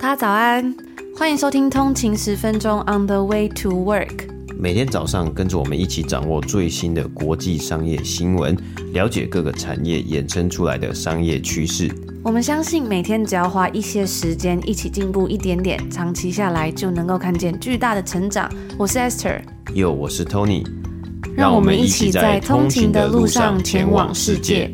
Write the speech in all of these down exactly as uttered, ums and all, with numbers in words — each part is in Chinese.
大家早安，欢迎收听通勤十分钟 On the way to work。 每天早上跟着我们一起掌握最新的国际商业新闻，了解各个产业衍生出来的商业趋势。 我们相信每天只要花一些时间一起进步一点点，长期下来就能够看见巨大的成长。我是 Esther， 哟，我是 Tony， 让我们一起在通勤的路上前往世界。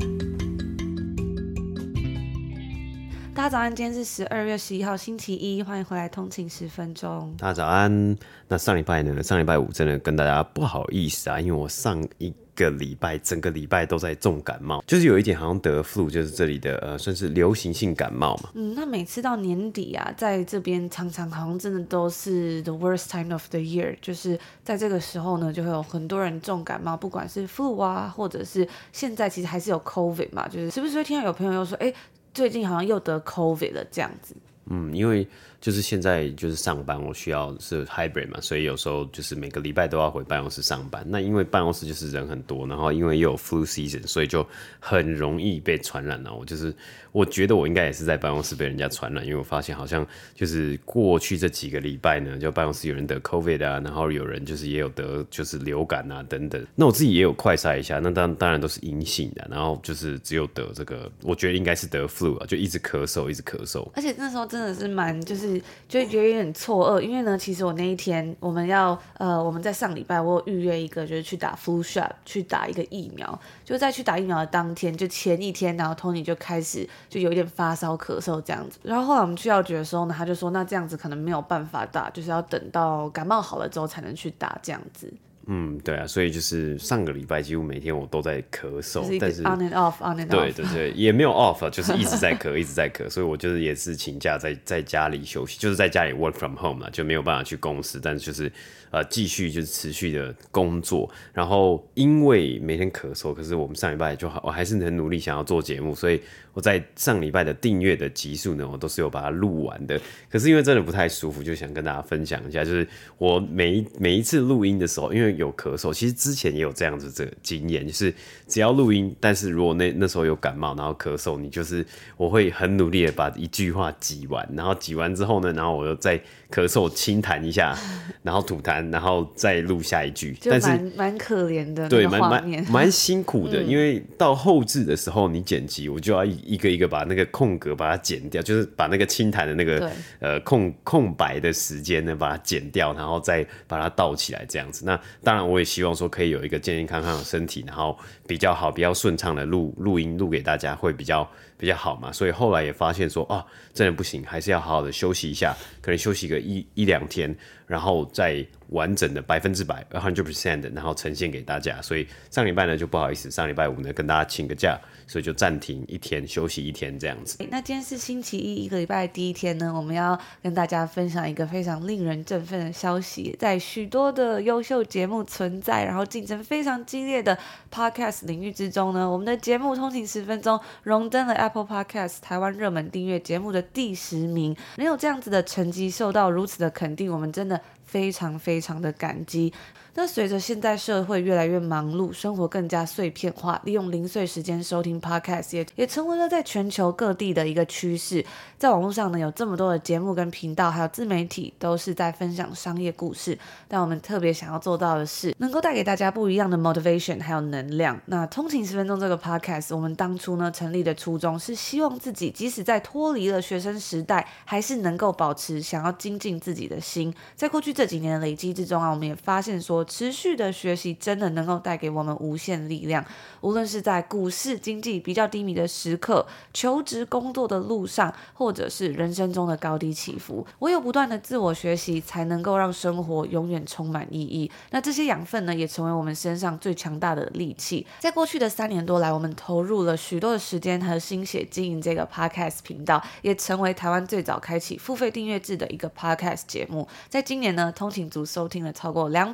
大家早安，今天是十二月十一号星期一，欢迎回来通勤十分钟。 大家早安。那上礼拜呢？上礼拜五真的跟大家不好意思啊，因为我上一个礼拜整个礼拜都在重感冒，就是有一点好像得 flu， 就是这里的呃算是流行性感冒嘛。 嗯，那每次到年底啊，在这边常常好像真的都是 the worst time of the year， 就是在这个时候呢，就会有很多人重感冒，不管是 flu 啊，或者是现在其实还是有 COVID 嘛，就是时不时会听到有朋友又说，哎，最近好像又得 COVID 了这样子。 嗯，因为就是现在就是上班，我需要是 hybrid 嘛，所以有时候就是每个礼拜都要回办公室上班。那因为办公室就是人很多，然后因为又有 flu season， 所以就很容易被传染了。我就是我觉得我应该也是在办公室被人家传染，因为我发现好像就是过去这几个礼拜呢，就办公室有人得 COVID 啊，然后有人就是也有得就是流感啊等等。那我自己也有快筛一下，那当当然都是阴性的，然后就是只有得这个，我觉得应该是得 flu 啊，就一直咳嗽，一直咳嗽。 而且那时候真的是蛮就是就觉得有点错愕，因为呢，其实我那一天我们要呃我们在上礼拜我有预约一个就是去打 flu shot， 去打一个疫苗，就在去打疫苗的当天，就前一天，然后 Tony 就开始就有一点发烧咳嗽这样子，然后后来我们去药局的时候呢，他就说那这样子可能没有办法打，就是要等到感冒好了之后才能去打这样子。 嗯，对啊，所以就是上个礼拜几乎每天我都在咳嗽， 就是一个但是 on and off on and off， 对对对，也没有 off 啊，就是一直在咳，一直在咳，所以我就是也是请假在在家里休息，就是在家里 work from home 啦，就没有办法去公司，但是就是呃继续就是持续的工作，然后因为每天咳嗽，可是我们上礼拜就好，我还是很努力想要做节目，所以我在上礼拜的订阅的集数呢，我都是有把它录完的，可是因为真的不太舒服，就想跟大家分享一下，就是我每一每一次录音的时候，因为有咳嗽，其实之前也有这样子的经验，就是只要录音，但是如果那那时候有感冒，然后咳嗽，你就是我会很努力的把一句话挤完，然后挤完之后呢，然后我又再咳嗽轻弹一下，然后吐痰，然后再录下一句， 就蛮蛮可怜的， 对， 那个画面蛮蛮辛苦的、嗯，因为到后置的时候，你剪辑我就要一个一个把那个空格把它剪掉，就是把那个轻弹的那个呃空空白的时间呢把它剪掉，然后再把它倒起来这样子。那当然我也希望说可以有一个健健康康的身体，然后比较好、比较顺畅的录录音录给大家会比较比较好嘛。所以后来也发现说啊，真的不行，还是要好好的休息一下，可能休息个一一两天，然后再完整的百分之百 百分之百 然后呈现给大家。所以上礼拜呢就不好意思，上礼拜五呢跟大家请个假，所以就暂停一天，休息一天这样子。 那今天是星期一，一个礼拜的第一天呢，我们要跟大家分享一个非常令人振奋的消息。在许多的优秀节目存在，然后竞争非常激烈的 podcast 领域之中呢，我们的节目通勤十分钟荣登了 Apple Podcast 台湾热门订阅节目的第十名。能有这样子的成绩，受到如此的肯定，我们真的非常非常的感激。那随着现在社会越来越忙碌，生活更加碎片化，利用零碎时间收听 podcast 也, 也成为了在全球各地的一个趋势。在网络上呢，有这么多的节目跟频道，还有自媒体都是在分享商业故事，但我们特别想要做到的是能够带给大家不一样的 motivation 还有能量。那通勤十分钟这个 podcast 我们当初呢成立的初衷是希望自己即使在脱离了学生时代，还是能够保持想要精进自己的心。在过去这几年的累积之中啊，我们也发现说持续的学习真的能够带给我们无限力量，无论是在股市经济比较低迷的时刻，求职工作的路上，或者是人生中的高低起伏，唯有不断的自我学习才能够让生活永远充满意义。那这些养分呢，也成为我们身上最强大的利器。在过去的三年多来，我们投入了许多的时间和心血经营这个 podcast 频道，也成为台湾最早开启付费订阅制的一个 podcast 节目。在今年呢，通勤族收听了超过两百集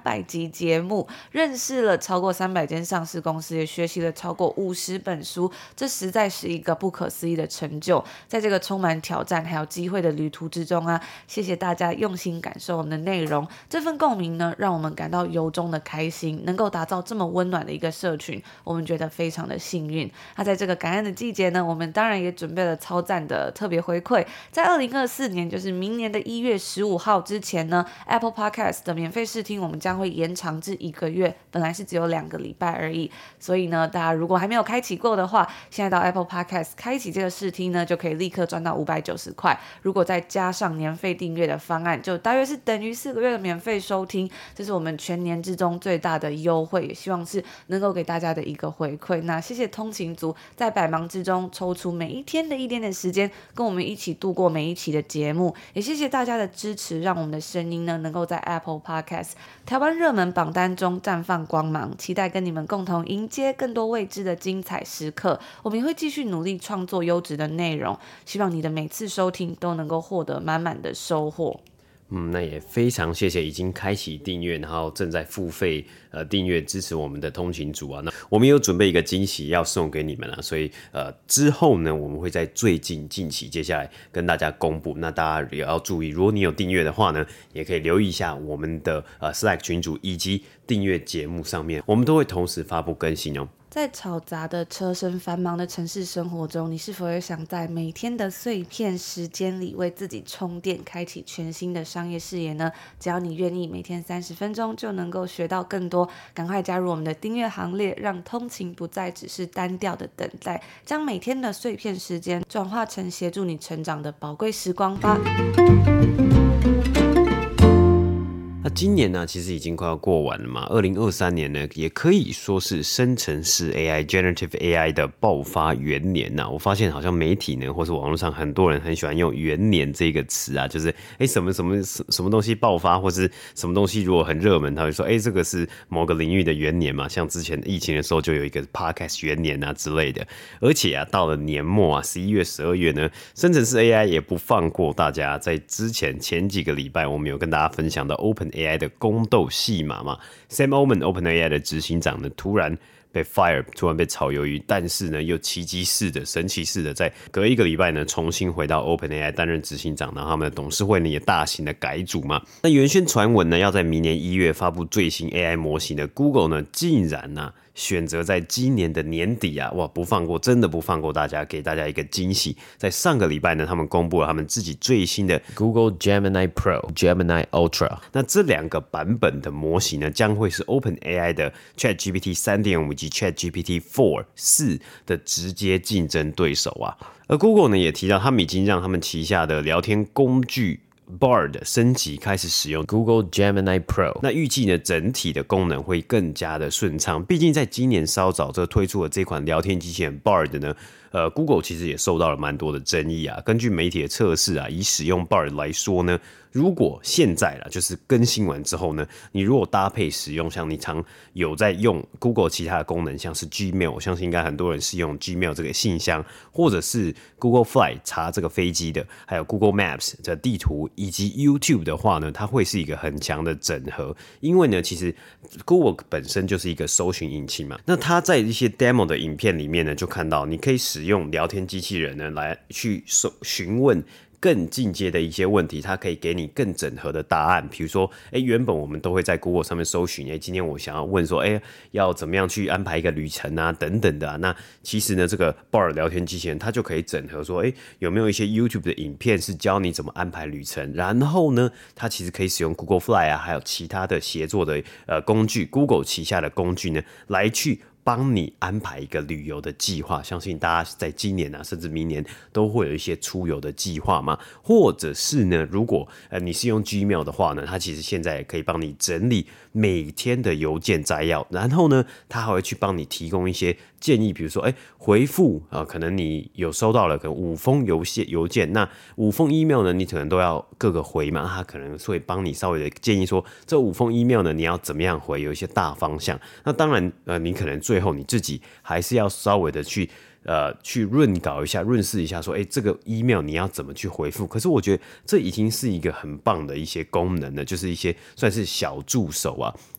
集节目，认识了超过三百间上市公司，也学习了超过五十本书，这实在是一个不可思议的成就。在这个充满挑战还有机会的旅途之中啊，谢谢大家用心感受我们的内容，这份共鸣呢，让我们感到由衷的开心，能够打造这么温暖的一个社群，我们觉得非常的幸运。那在这个感恩的季节呢，我们当然也准备了超赞的特别回馈，在二零二四年，就是明年的一月十五号之前呢， Apple Podcast 的免费试听我们将会延长至一个月，本来是只有两个礼拜而已，所以呢，大家如果还没有开启过的话，现在到 Apple Podcast 开启这个试听呢，就可以立刻赚到五百九十块，如果再加上年费订阅的方案，就大约是等于四个月的免费收听，这是我们全年之中最大的优惠，也希望是能够给大家的一个回馈。那谢谢通勤族在百忙之中抽出每一天的一点点时间，跟我们一起度过每一期的节目，也谢谢大家的支持，让我们的声音呢能够在 Apple Podcast 台湾热门榜单中绽放光芒，期待跟你们共同迎接更多未知的精彩时刻。我们也会继续努力创作优质的内容，希望你的每次收听都能够获得满满的收获。 嗯，那也非常谢谢已经开启订阅，然后正在付费呃订阅支持我们的通勤族啊。那我们有准备一个惊喜要送给你们啊，所以呃之后呢，我们会在最近近期接下来跟大家公布。那大家也要注意，如果你有订阅的话呢，也可以留意一下我们的呃 Slack 群组以及订阅节目上面，我们都会同时发布更新哦。 在嘈杂的车声繁忙的城市生活中，你是否也想在每天的碎片时间里为自己充电，开启全新的商业视野呢？只要你愿意，每天三十分钟就能够学到更多。赶快加入我们的订阅行列，让通勤不再只是单调的等待，将每天的碎片时间转化成协助你成长的宝贵时光吧。 那今年呢，其实已经快要过完了嘛。二零二三年呢，也可以说是生成式 A I、Generative A I 的爆发元年呐。我发现好像媒体呢，或是网络上很多人很喜欢用元年这个词啊，就是哎什么什么什么东西爆发，或是什么东西如果很热门，他会说哎这个是某个领域的元年嘛。像之前疫情的时候就有一个 Podcast 元年啊之类的。而且啊，到了年末啊，十一月、十二月呢，生成式 A I 也不放过大家。在之前前几个礼拜，我们有跟大家分享到 Open A I 的宫斗戏码嘛 ，Sam Altman OpenAI 的执行长呢，突然被 fire， 突然被炒鱿鱼，但是呢，又奇迹式的、神奇式的，在隔一个礼拜呢，重新回到 OpenAI 担任执行长，然后他们的董事会呢也大型的改组嘛。那原先传闻呢，要在明年一月发布最新 A I 模型的 Google 呢，竟然呢、啊。选择在今年的年底啊，哇，不放过，真的不放过大家，给大家一个惊喜。在上个礼拜呢，他们公布了他们自己最新的 Google Gemini Pro、Gemini Ultra。那这两个版本的模型呢，将会是 OpenAI 的 ChatGPT 三点五 以及 ChatGPT 四 的直接竞争对手啊。而 Google 呢也提到，他们已经让他们旗下的聊天工具Bard 升级开始使用 Google Gemini Pro， 那预计呢整体的功能会更加的顺畅。毕竟在今年稍早这推出的这款聊天机器人 Bard 呢，呃 Google 其实也受到了蛮多的争议啊。根据媒体的测试啊，以使用 Bard 来说呢，如果现在啦，就是更新完之后呢，你如果搭配使用，像你常有在用 Google 其他的功能，像是 Gmail， 我相信应该很多人是用 Gmail 这个信箱，或者是 Google Flight 查这个飞机的，还有 Google Maps 的地图，以及 YouTube 的话呢，它会是一个很强的整合。因为呢，其实 Google 本身就是一个搜寻引擎嘛，那它在一些 demo 的影片里面呢，就看到你可以使用聊天机器人呢来去询问更进阶的一些问题，它可以给你更整合的答案。比如说，哎，原本我们都会在 Google 上面搜寻，哎，今天我想要问说，哎，要怎么样去安排一个旅程啊，等等的啊。那其实呢，这个 Bard 聊天机器人它就可以整合说，哎，有没有一些 YouTube 的影片是教你怎么安排旅程？然后呢，它其实可以使用 Google Fly 啊，还有其他的协作的呃工具 ，Google 旗下的工具呢，来去帮你安排一个旅游的计划。相信大家在今年啊，甚至明年都会有一些出游的计划嘛。或者是呢，如果呃你是用 Gmail 的话呢，它其实现在也可以帮你整理每天的邮件摘要，然后呢，它还会去帮你提供一些建议，比如说，哎，回复啊、呃，可能你有收到了可能五封邮件，邮件那五封 email 呢，你可能都要各个回嘛，它可能会帮你稍微的建议说，这五封 email 呢，你要怎么样回，有一些大方向。那当然，呃，你可能最后你自己还是要稍微的去。呃，去润稿一下，润饰一下，说，哎，这个 email 你要怎么去回复？可是我觉得这已经是一个很棒的一些功能了，就是一些算是小助手啊。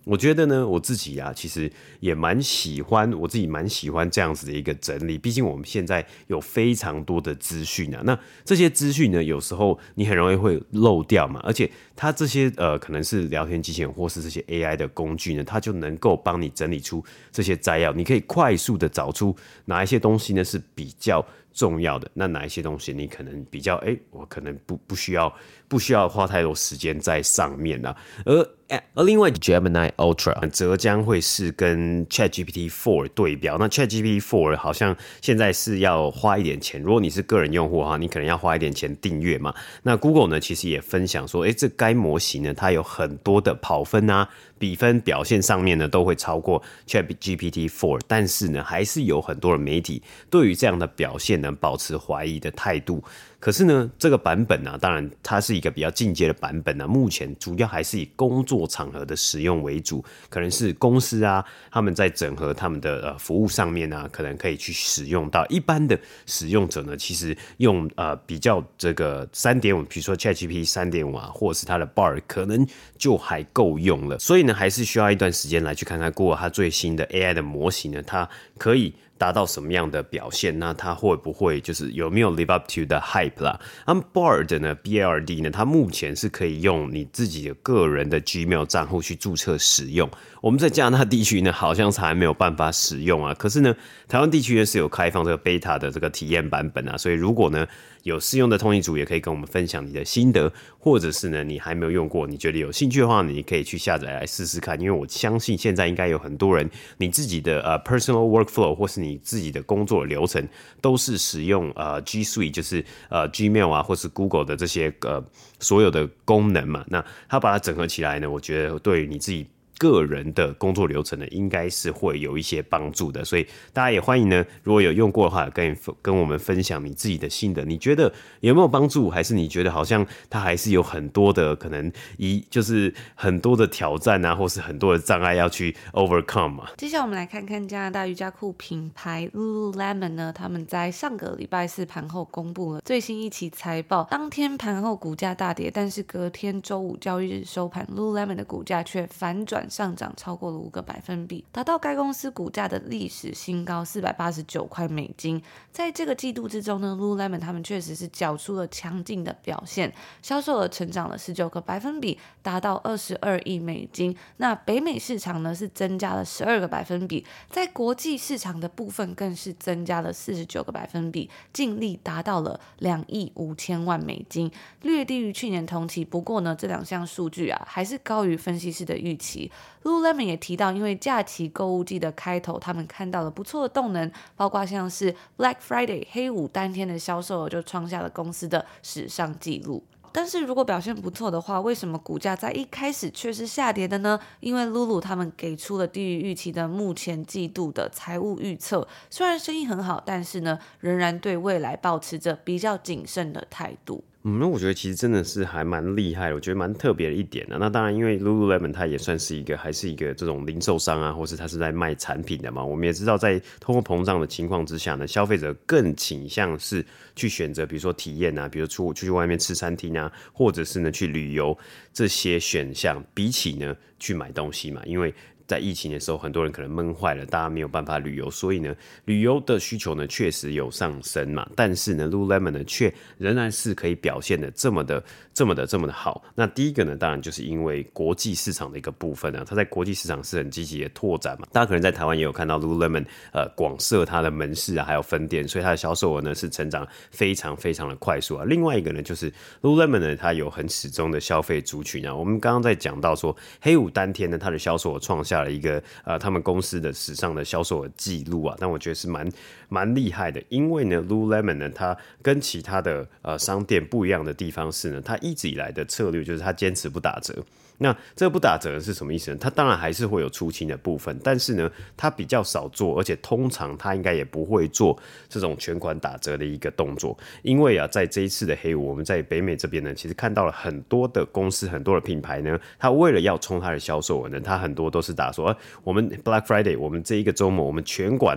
我觉得呢，我自己啊，其实也蛮喜欢，我自己蛮喜欢这样子的一个整理。毕竟我们现在有非常多的资讯啊，那这些资讯呢，有时候你很容易会漏掉嘛，而且它这些呃，可能是聊天机器人或是这些 A I 的工具呢，它就能够帮你整理出这些摘要，你可以快速的找出哪一些东西呢是比较重要的，那哪一些东西你可能比较哎、欸，我可能不不需要不需要花太多时间在上面啦。而而另外 Gemini Ultra 则将会是跟 ChatGPT 四 对标，那 ChatGPT 四 好像现在是要花一点钱，如果你是个人用户的话，你可能要花一点钱订阅嘛。那 Google 呢，其实也分享说，哎、欸，这该模型呢，它有很多的跑分啊、比分表现上面呢，都会超过 ChatGPT 四，但是呢，还是有很多的媒体对于这样的表现呢，保持怀疑的态度。可是呢，这个版本啊，当然它是一个比较进阶的版本啊，目前主要还是以工作场合的使用为主，可能是公司啊，他们在整合他们的呃服务上面啊，可能可以去使用到。一般的使用者呢，其实用呃比较这个 三点五， 比如说 ChatGPT 三点五 啊，或者是它的 Bard 可能就还够用了。所以呢，还是需要一段时间来去看看 Google 它最新的 A I 的模型呢，它可以达到什么样的表现？那它会不会就是有没有 live up to the hype 啦？那 Bard 呢 ，B A R D 呢，它目前是可以用你自己的个人的 Gmail 账户去注册使用。我们在加拿大地区呢，好像是还没有办法使用啊。可是呢，台湾地区呢是有开放这个 beta 的这个体验版本啊。所以如果呢有试用的通勤族，也可以跟我们分享你的心得，或者是呢你还没有用过，你觉得有兴趣的话，你可以去下载来试试看。因为我相信现在应该有很多人，你自己的呃 personal workflow 或是你自己的工作流程都是使用呃 G Suite， 就是呃 Gmail 啊，或是 Google 的这些呃所有的功能嘛。那它把它整合起来呢，我觉得对于你自己个人的工作流程呢，应该是会有一些帮助的。所以大家也欢迎呢，如果有用过的话，跟跟我们分享你自己的心得，你觉得有没有帮助？还是你觉得好像它还是有很多的可能一就是很多的挑战啊，或是很多的障碍要去 overcome 啊？ 接下来我们来看看加拿大瑜伽裤品牌 Lululemon 呢，他们在上个礼拜四盘后公布了最新一期财报，当天盘后股价大跌，但是隔天周五交易日收盘 ，Lululemon 的股价却反转上涨超过了五个百分比，达到该公司股价的历史新高四百八十九块美金。在这个季度之中呢 ，Lululemon 他们确实是缴出了强劲的表现，销售额成长了十九个百分比，达到二十二亿美金。那北美市场呢是增加了十二个百分比，在国际市场的部分更是增加了四十九个百分比，净利达到了两亿五千万美金，略低于去年同期。不过呢，这两项数据啊还是高于分析师的预期。Lululemon 也提到，因为假期购物季的开头，他们看到了不错的动能，包括像是 Black Friday 黑五当天的销售额就创下了公司的史上纪录。但是如果表现不错的话，为什么股价在一开始却是下跌的呢？因为 Lulu 他们给出了低于预期的目前季度的财务预测，虽然生意很好，但是呢，仍然对未来抱持着比较谨慎的态度。 嗯，那我觉得其实真的是还蛮厉害的，我觉得蛮特别的一点的。那当然，因为 Lululemon 它也算是一个还是一个这种零售商啊，或是它是在卖产品的嘛。我们也知道，在通货膨胀的情况之下呢，消费者更倾向是去选择，比如说体验啊，比如出出去外面吃餐厅啊，或者是呢去旅游这些选项，比起呢去买东西嘛，因为在疫情的时候，很多人可能闷坏了，大家没有办法旅游，所以呢，旅游的需求呢确实有上升嘛。但是呢 ，Lululemon 呢却仍然是可以表现的这么的、这么的、这么的好。那第一个呢，当然就是因为国际市场的一个部分啊，它在国际市场是很积极的拓展嘛。大家可能在台湾也有看到 Lululemon 呃广设它的门市啊，还有分店，所以它的销售额呢是成长非常非常的快速啊。另外一个呢，就是 Lululemon 呢，它有很始终的消费族群啊。我们刚刚在讲到说，黑五当天呢，它的销售额创下下了一个呃他们公司的史上的销售额记录啊，但我觉得是蛮蛮厉害的，因为呢 Lululemon 呢，它跟其他的呃商店不一样的地方是呢，它一直以来的策略就是它坚持不打折。那这个不打折是什么意思呢？它当然还是会有出清的部分，但是呢，它比较少做，而且通常它应该也不会做这种全款打折的一个动作。因为啊，在这一次的黑五，我们在北美这边呢，其实看到了很多的公司、很多的品牌呢，它为了要冲它的销售额呢，它很多都是打说，啊、我们 Black Friday， 我们这一个周末，我们全馆呢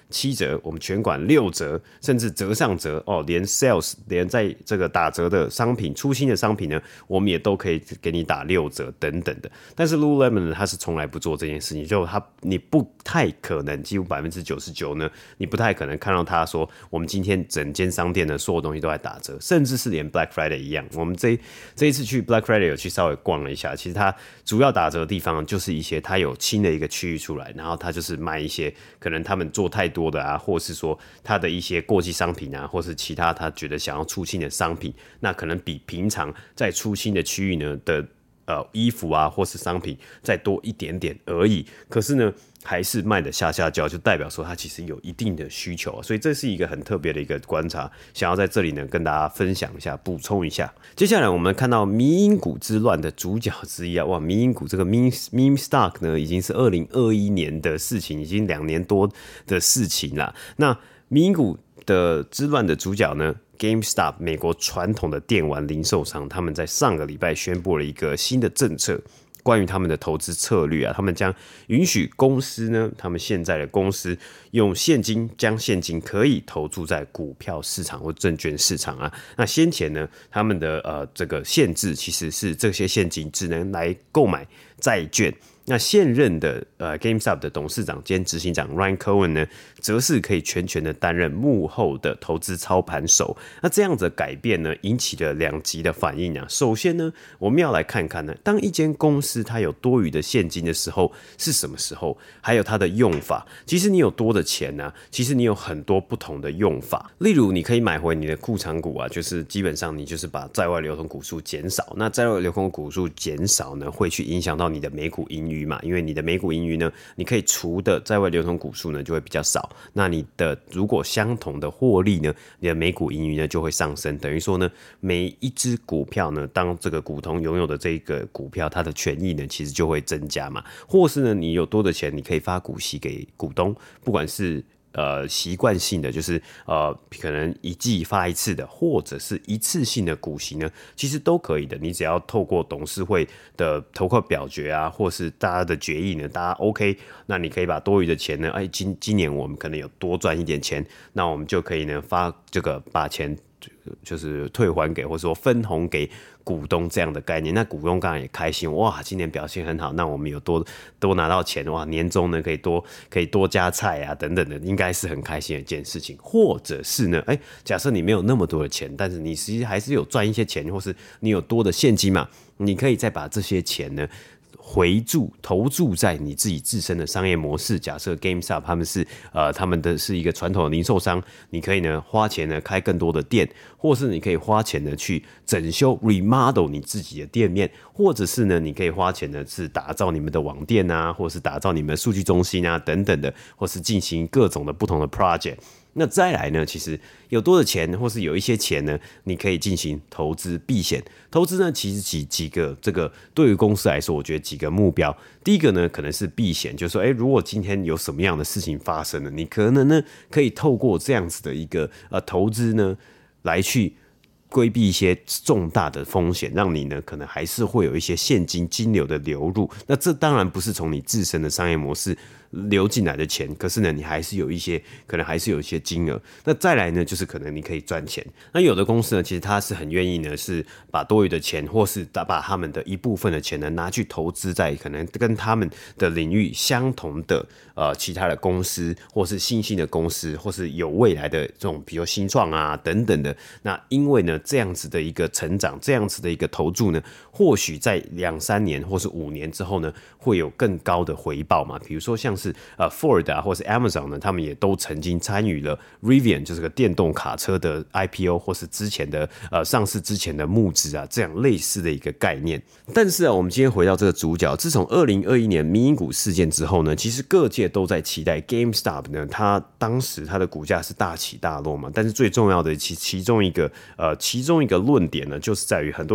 七折，我们全馆六折，甚至折上折哦，连 sales 连在这个打折的商品、出新的商品呢，我们也都可以给你打六折等等的。但是 Lululemon 呢，它是从来不做这件事情，就它你不太可能，几乎百分之九十九呢，你不太可能看到它说我们今天整间商店的所有东西都在打折，甚至是连 Black Friday 一样。我们这这一次去 Black Friday 有去稍微逛了一下，其实它主要打折的地方就是一些它有新的一个区域出来，然后它就是卖一些可能他们做太多的啊，或是说它的一些过季商品啊，或是其他他觉得想要出新的商品，那可能比平常在出新的区域呢的呃衣服啊或是商品再多一点点而已，可是呢还是卖的下下叫，就代表说它其实有一定的需求、啊、所以这是一个很特别的一个观察，想要在这里呢跟大家分享一下，补充一下。接下来我们看到迷因股之乱的主角之一啊，哇，迷因股这个 meme, meme stock 呢已经是二零二一年的事情，已经两年多的事情啦。那迷因股的之乱的主角呢，GameStop 美国传统的电玩零售商，他们在上个礼拜宣布了一个新的政策，关于他们的投资策略啊，他们将允许公司呢，他们现在的公司用现金将现金可以投注在股票市场或证券市场啊。那先前呢，他们的呃这个限制其实是这些现金只能来购买债券。那现任的呃 GameStop 的董事长兼执行长 Ryan Cohen 呢，则是可以全权的担任幕后的投资操盘手。那这样子的改变呢，引起了两极的反应啊。首先呢，我们要来看看呢，当一间公司它有多余的现金的时候是什么时候，还有它的用法。其实你有多的钱呢、啊，其实你有很多不同的用法。例如，你可以买回你的库藏股啊，就是基本上你就是把在外流通股数减少。那在外流通股数减少呢，会去影响到你的每股盈余。因为你的每股盈余呢，你可以除的在外流通股数呢就会比较少，那你的如果相同的获利呢，你的每股盈余呢就会上升，等于说呢，每一只股票呢，当这个股东拥有的这个股票，它的权益呢其实就会增加嘛，或是呢你有多的钱，你可以发股息给股东，不管是呃，习惯性的就是呃，可能一季发一次的，或者是一次性的股息呢，其实都可以的。你只要透过董事会的投票表决啊，或是大家的决议呢，大家 OK， 那你可以把多余的钱呢，哎，今今年我们可能有多赚一点钱，那我们就可以呢发这个把钱就是退还给，或者说分红给股东这样的概念。那股东当然也开心，哇，今年表现很好，那我们有多多拿到钱，哇，年终呢可以多可以多加菜啊等等的，应该是很开心的一件事情。或者是呢，哎，假设你没有那么多的钱，但是你其实还是有赚一些钱，或是你有多的现金嘛，你可以再把这些钱呢回注投注在你自己自身的商业模式。假设 GameStop 他们是呃他们的是一个传统的零售商，你可以呢花钱呢开更多的店，或是你可以花钱呢去整修 remodel 你自己的店面，或者是呢你可以花钱呢是打造你们的网店啊，或是打造你们的数据中心啊等等的，或是进行各种的不同的 project。那再来呢，其实有多的钱，或是有一些钱呢，你可以进行投资避险。投资呢，其实几几个这个对于公司来说，我觉得几个目标。第一个呢，可能是避险，就是说，哎，如果今天有什么样的事情发生了，你可能呢可以透过这样子的一个呃投资呢，来去规避一些重大的风险，让你呢可能还是会有一些现金金流的流入。那这当然不是从你自身的商业模式流进来的钱，可是呢你还是有一些可能还是有一些金额。那再来呢就是可能你可以赚钱。那有的公司呢其实他是很愿意呢是把多余的钱，或是把他们的一部分的钱呢拿去投资在可能跟他们的领域相同的呃其他的公司，或是新兴的公司，或是有未来的这种比如新创啊等等的。那因为呢这样子的一个成长，这样子的一个投注呢，或许在两三年或是五年之后呢会有更高的回报嘛。比如说像是呃 Ford 啊，或是 Amazon 呢，他们也都曾经参与了 Rivian 就是个电动卡车的 I P O， 或是之前的呃上市之前的募资啊，这样类似的一个概念。但是啊，我们今天回到这个主角，自从二零二一年迷因股事件之后呢，其实各界都在期待 GameStop 呢，它当时它的股价是大起大落嘛，但是最重要的其其中一个呃其中一个论点呢，就是在于很多人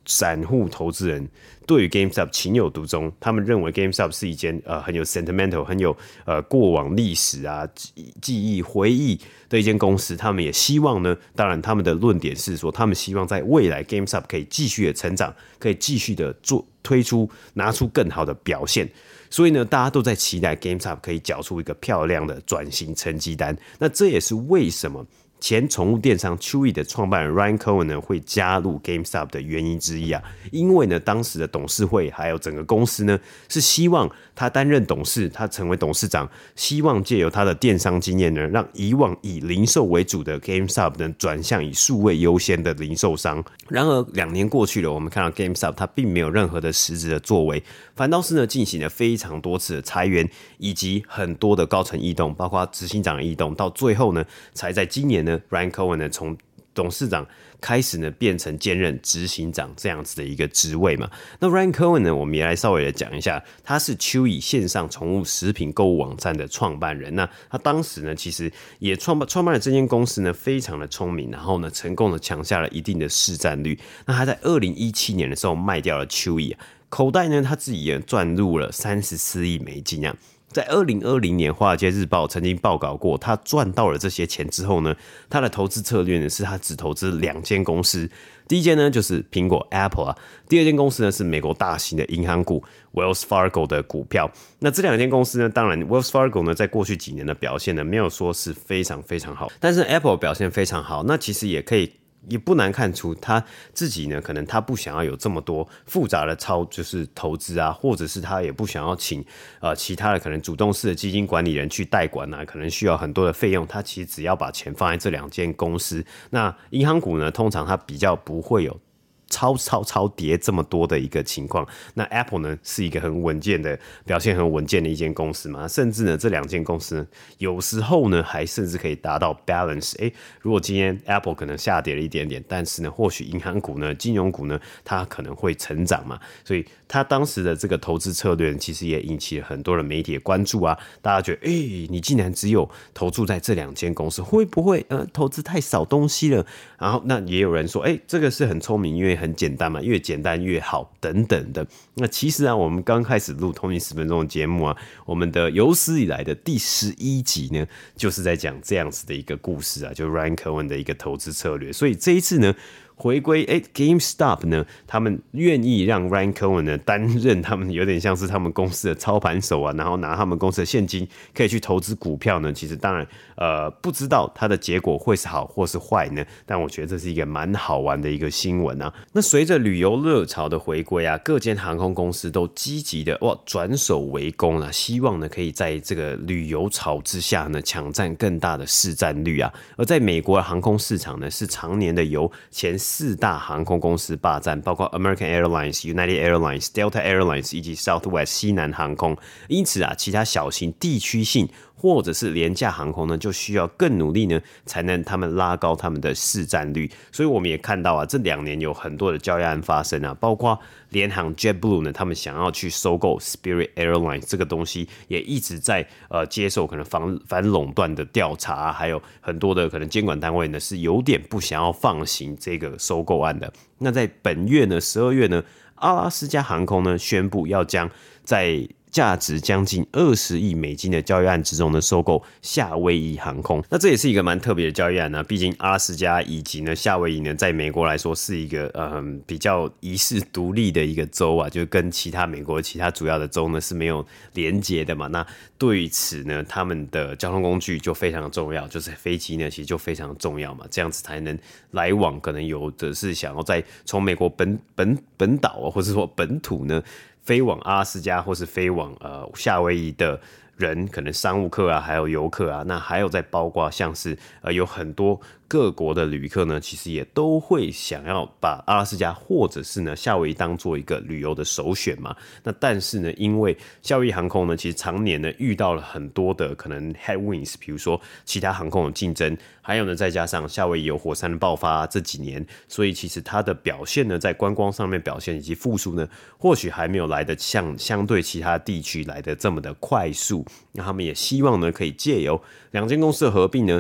散户投资人对于 GameStop 情有独钟，他们认为 GameStop 是一间呃很有 sentimental 很有呃过往历史啊记忆回忆的一间公司，他们也希望呢，当然他们的论点是说，他们希望在未来 GameStop 可以继续的成长，可以继续的做推出拿出更好的表现。所以呢，大家都在期待 GameStop 可以缴出一个漂亮的转型成绩单。那这也是为什么前宠物电商 Chewy 的创办人 Ryan Cohen 呢会加入 GameStop 的原因之一啊。因为呢，当时的董事会还有整个公司呢，是希望他担任董事，他成为董事长，希望借由他的电商经验呢，让以往以零售为主的 GameStop 呢转向以数位优先的零售商。然而两年过去了，我们看到 GameStop 它并没有任何的实质的作为，反倒是呢进行了非常多次的裁员，以及很多的高层异动，包括执行长的异动，到最后呢，才在今年呢 Ryan Cohen 呢从董事长开始呢变成兼任执行长这样子的一个职位嘛。那 Ryan Cohen 呢，我们也来稍微的讲一下，他是 Chewy 线上宠物食品购物网站的创办人。那他当时呢，其实也创办创办了这间公司呢，非常的聪明，然后呢，成功的抢下了一定的市占率。那他在二零一七年的时候卖掉了 Chewy， 口袋呢他自己也赚入了三十四亿美金啊。在二零二零年，《华尔街日报》曾经报告过，他赚到了这些钱之后呢，他的投资策略呢是他只投资两间公司。第一间呢就是苹果 Apple 啊，第二间公司呢是美国大型的银行股 Wells Fargo 的股票。那这两间公司呢，当然 Wells Fargo 呢在过去几年的表现呢没有说是非常非常好，但是 Apple 表现非常好。那其实也可以。也不难看出他自己呢，可能他不想要有这么多复杂的操，就是投资啊，或者是他也不想要请呃其他的可能主动式的基金管理人去代管啊，可能需要很多的费用，他其实只要把钱放在这两间公司。那银行股呢，通常它比较不会有超超超跌这么多的一个情况。那 Apple 呢是一个很稳健的表现很稳健的一间公司嘛，甚至呢这两间公司呢有时候呢还甚至可以达到 balance。 诶，如果今天 Apple 可能下跌了一点点，但是呢或许银行股呢金融股呢它可能会成长嘛，所以他当时的这个投资策略其实也引起了很多的媒体的关注啊。大家觉得诶你竟然只有投注在这两间公司，会不会呃投资太少东西了？然后那也有人说诶这个是很聪明，因为很简单嘛，越简单越好等等的。那其实啊，我们刚开始录通勤十分钟的节目啊，我们的有史以来的第十一集呢，就是在讲这样子的一个故事啊，就 Ryan Cohen 的一个投资策略。所以这一次呢，回归哎 GameStop 呢，他们愿意让 Ryan Cohen 呢担任他们有点像是他们公司的操盘手啊，然后拿他们公司的现金可以去投资股票呢。其实当然呃不知道它的结果会是好或是坏呢，但我觉得这是一个蛮好玩的一个新闻啊。那随着旅游热潮的回归啊，各间航空公司都积极的哇转守为攻啦，希望呢可以在这个旅游潮之下呢抢占更大的市占率啊。而在美国的航空市场呢，是常年的由前四大航空公司霸占，包括 American Airlines、United Airlines、Delta Airlines 以及 Southwest 西南航空。因此啊，其他小型地区性或者是廉价航空呢，就需要更努力呢，才能他们拉高他们的市占率。所以我们也看到啊，这两年有很多的交易案发生啊，包括联航 JetBlue 呢，他们想要去收购 Spirit Airlines 这个东西，也一直在呃接受可能反反垄断的调查、啊，还有很多的可能监管单位呢是有点不想要放行这个收购案的。那在本月呢，十二月呢，阿拉斯加航空呢宣布要将在价值将近二十亿美金的交易案之中呢，收购夏威夷航空。那这也是一个蛮特别的交易案呢、啊，毕竟阿拉斯加以及呢夏威夷呢，在美国来说是一个嗯比较遗世独立的一个州啊，就跟其他美国其他主要的州呢是没有连结的嘛。那对于此呢，他们的交通工具就非常重要，就是飞机呢其实就非常重要嘛，这样子才能来往。可能有的是想要在从美国本本本岛啊，或者说本土呢，飞往阿拉斯加或是飞往呃夏威夷的人，可能商务客啊，还有游客啊，那还有在包括像是呃有很多各国的旅客呢，其实也都会想要把阿拉斯加或者是呢夏威夷当做一个旅游的首选嘛。那但是呢，因为夏威夷航空呢，其实常年呢遇到了很多的可能 headwinds， 比如说其他航空的竞争，还有呢再加上夏威夷有火山的爆发、啊、这几年，所以其实它的表现呢，在观光上面表现以及复苏呢，或许还没有来得像相对其他地区来得这么的快速。那他们也希望呢，可以借由两间公司的合并呢，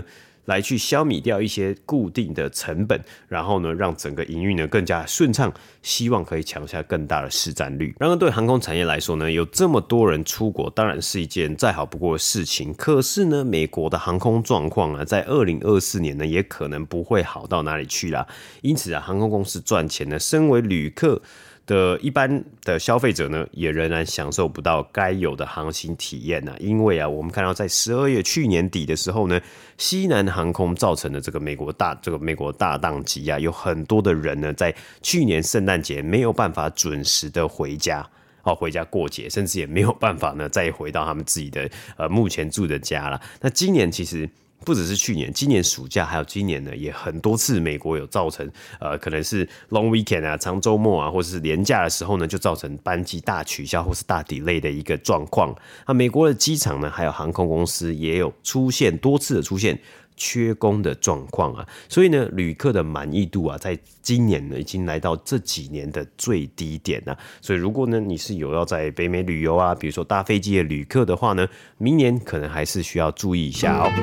来去消弭掉一些固定的成本，然后呢让整个营运呢更加顺畅，希望可以抢下更大的市占率。然而对航空产业来说呢，有这么多人出国当然是一件再好不过的事情，可是呢美国的航空状况啊在二零二四年呢也可能不会好到哪里去啦。因此啊航空公司赚钱呢，身为旅客的一般的消费者呢，也仍然享受不到该有的航行体验啊。因为啊，我们看到在十二月去年底的时候呢，西南航空造成的这个美国大这个美国大宕机啊，有很多的人呢，在去年圣诞节没有办法准时的回家。哦，回家过节，甚至也没有办法呢，再回到他们自己的呃目前住的家了。那今年其实不只是去年，今年暑假还有今年呢，也很多次美国有造成呃可能是 long weekend 啊、长周末啊，或者是连假的时候呢，就造成班机大取消或是大 delay 的一个状况。那美国的机场呢，还有航空公司也有出现多次的出现缺工的状况啊，所以呢，旅客的满意度啊，在今年呢已经来到这几年的最低点啊。所以如果呢你是有要在北美旅游啊，比如说搭飞机的旅客的话呢，明年可能还是需要注意一下哦。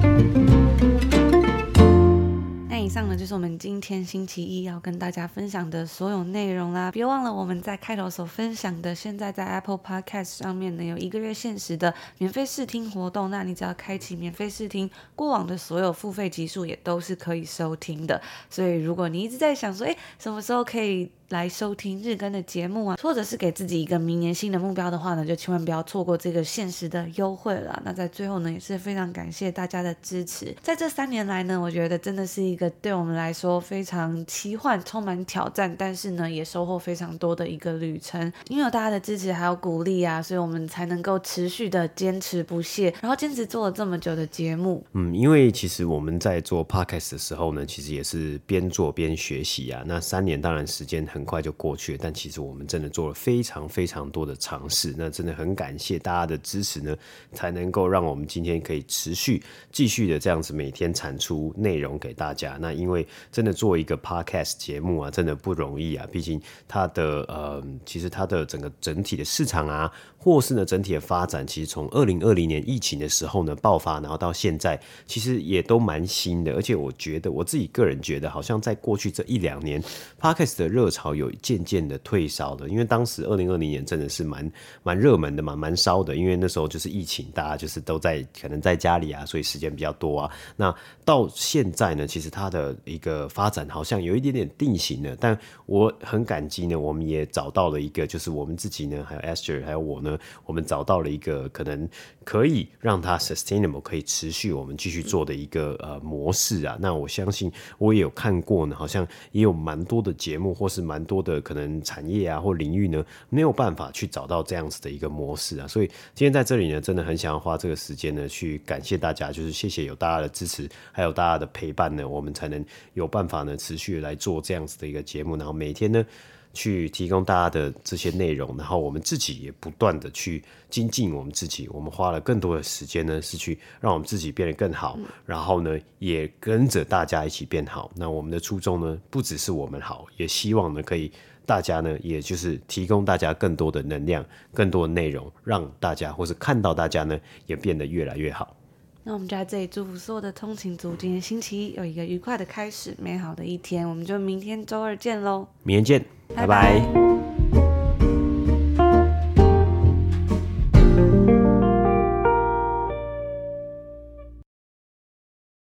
以上呢就是我们今天星期一要跟大家分享的所有内容啦。别忘了我们在开头所分享的，现在在 Apple Podcast 上面呢有一个月限时的免费试听活动，那你只要开启免费试听，过往的所有付费集数也都是可以收听的。所以如果你一直在想说，哎，什么时候可以来收听日更的节目啊，或者是给自己一个明年新的目标的话呢，就千万不要错过这个限时的优惠了。那在最后呢，也是非常感谢大家的支持。在这三年来呢，我觉得真的是一个对我们来说非常奇幻、充满挑战，但是呢，也收获非常多的一个旅程。因为有大家的支持还有鼓励啊，所以我们才能够持续的坚持不懈，然后坚持做了这么久的节目。 嗯，因为其实我们在做 podcast 的时候呢，其实也是边做边学习啊。那三年当然时间很快就过去了，但其实我们真的做了非常非常多的尝试。那真的很感谢大家的支持呢，才能够让我们今天可以持续继续的这样子每天产出内容给大家。那因为真的做一个 podcast 节目啊，真的不容易啊。毕竟它的呃，其实它的整个整体的市场啊，或是呢整体的发展，其实从二零二零年疫情的时候呢爆发，然后到现在，其实也都蛮新的。而且我觉得我自己个人觉得，好像在过去这一两年 podcast 的热潮有渐渐的退烧的。因为当时二零二零年真的是蛮蛮热门的嘛，蛮烧的。因为那时候就是疫情，大家就是都在可能在家里啊，所以时间比较多啊。那到现在呢，其实它的一个发展好像有一点点定型了。但我很感激呢，我们也找到了一个，就是我们自己呢，还有 Esther 还有我呢，我们找到了一个可能可以让它 sustainable 可以持续我们继续做的一个呃模式啊。那我相信我也有看过呢，好像也有蛮多的节目或是蛮多的可能产业啊或领域呢，没有办法去找到这样子的一个模式啊。所以今天在这里呢，真的很想要花这个时间呢，去感谢大家，就是谢谢有大家的支持，还有大家的陪伴呢，我们才能有办法呢持续来做这样子的一个节目，然后每天呢去提供大家的这些内容，然后我们自己也不断的去精进我们自己。我们花了更多的时间呢，是去让我们自己变得更好，嗯、然后呢，也跟着大家一起变好。那我们的初衷呢，不只是我们好，也希望呢，可以大家呢，也就是提供大家更多的能量、更多的内容，让大家或是看到大家呢，也变得越来越好。 那我们就在这里祝福所有的通勤族，今天星期一有一个愉快的开始，美好的一天。我们就明天周二见喽， 明天见，拜拜。拜拜。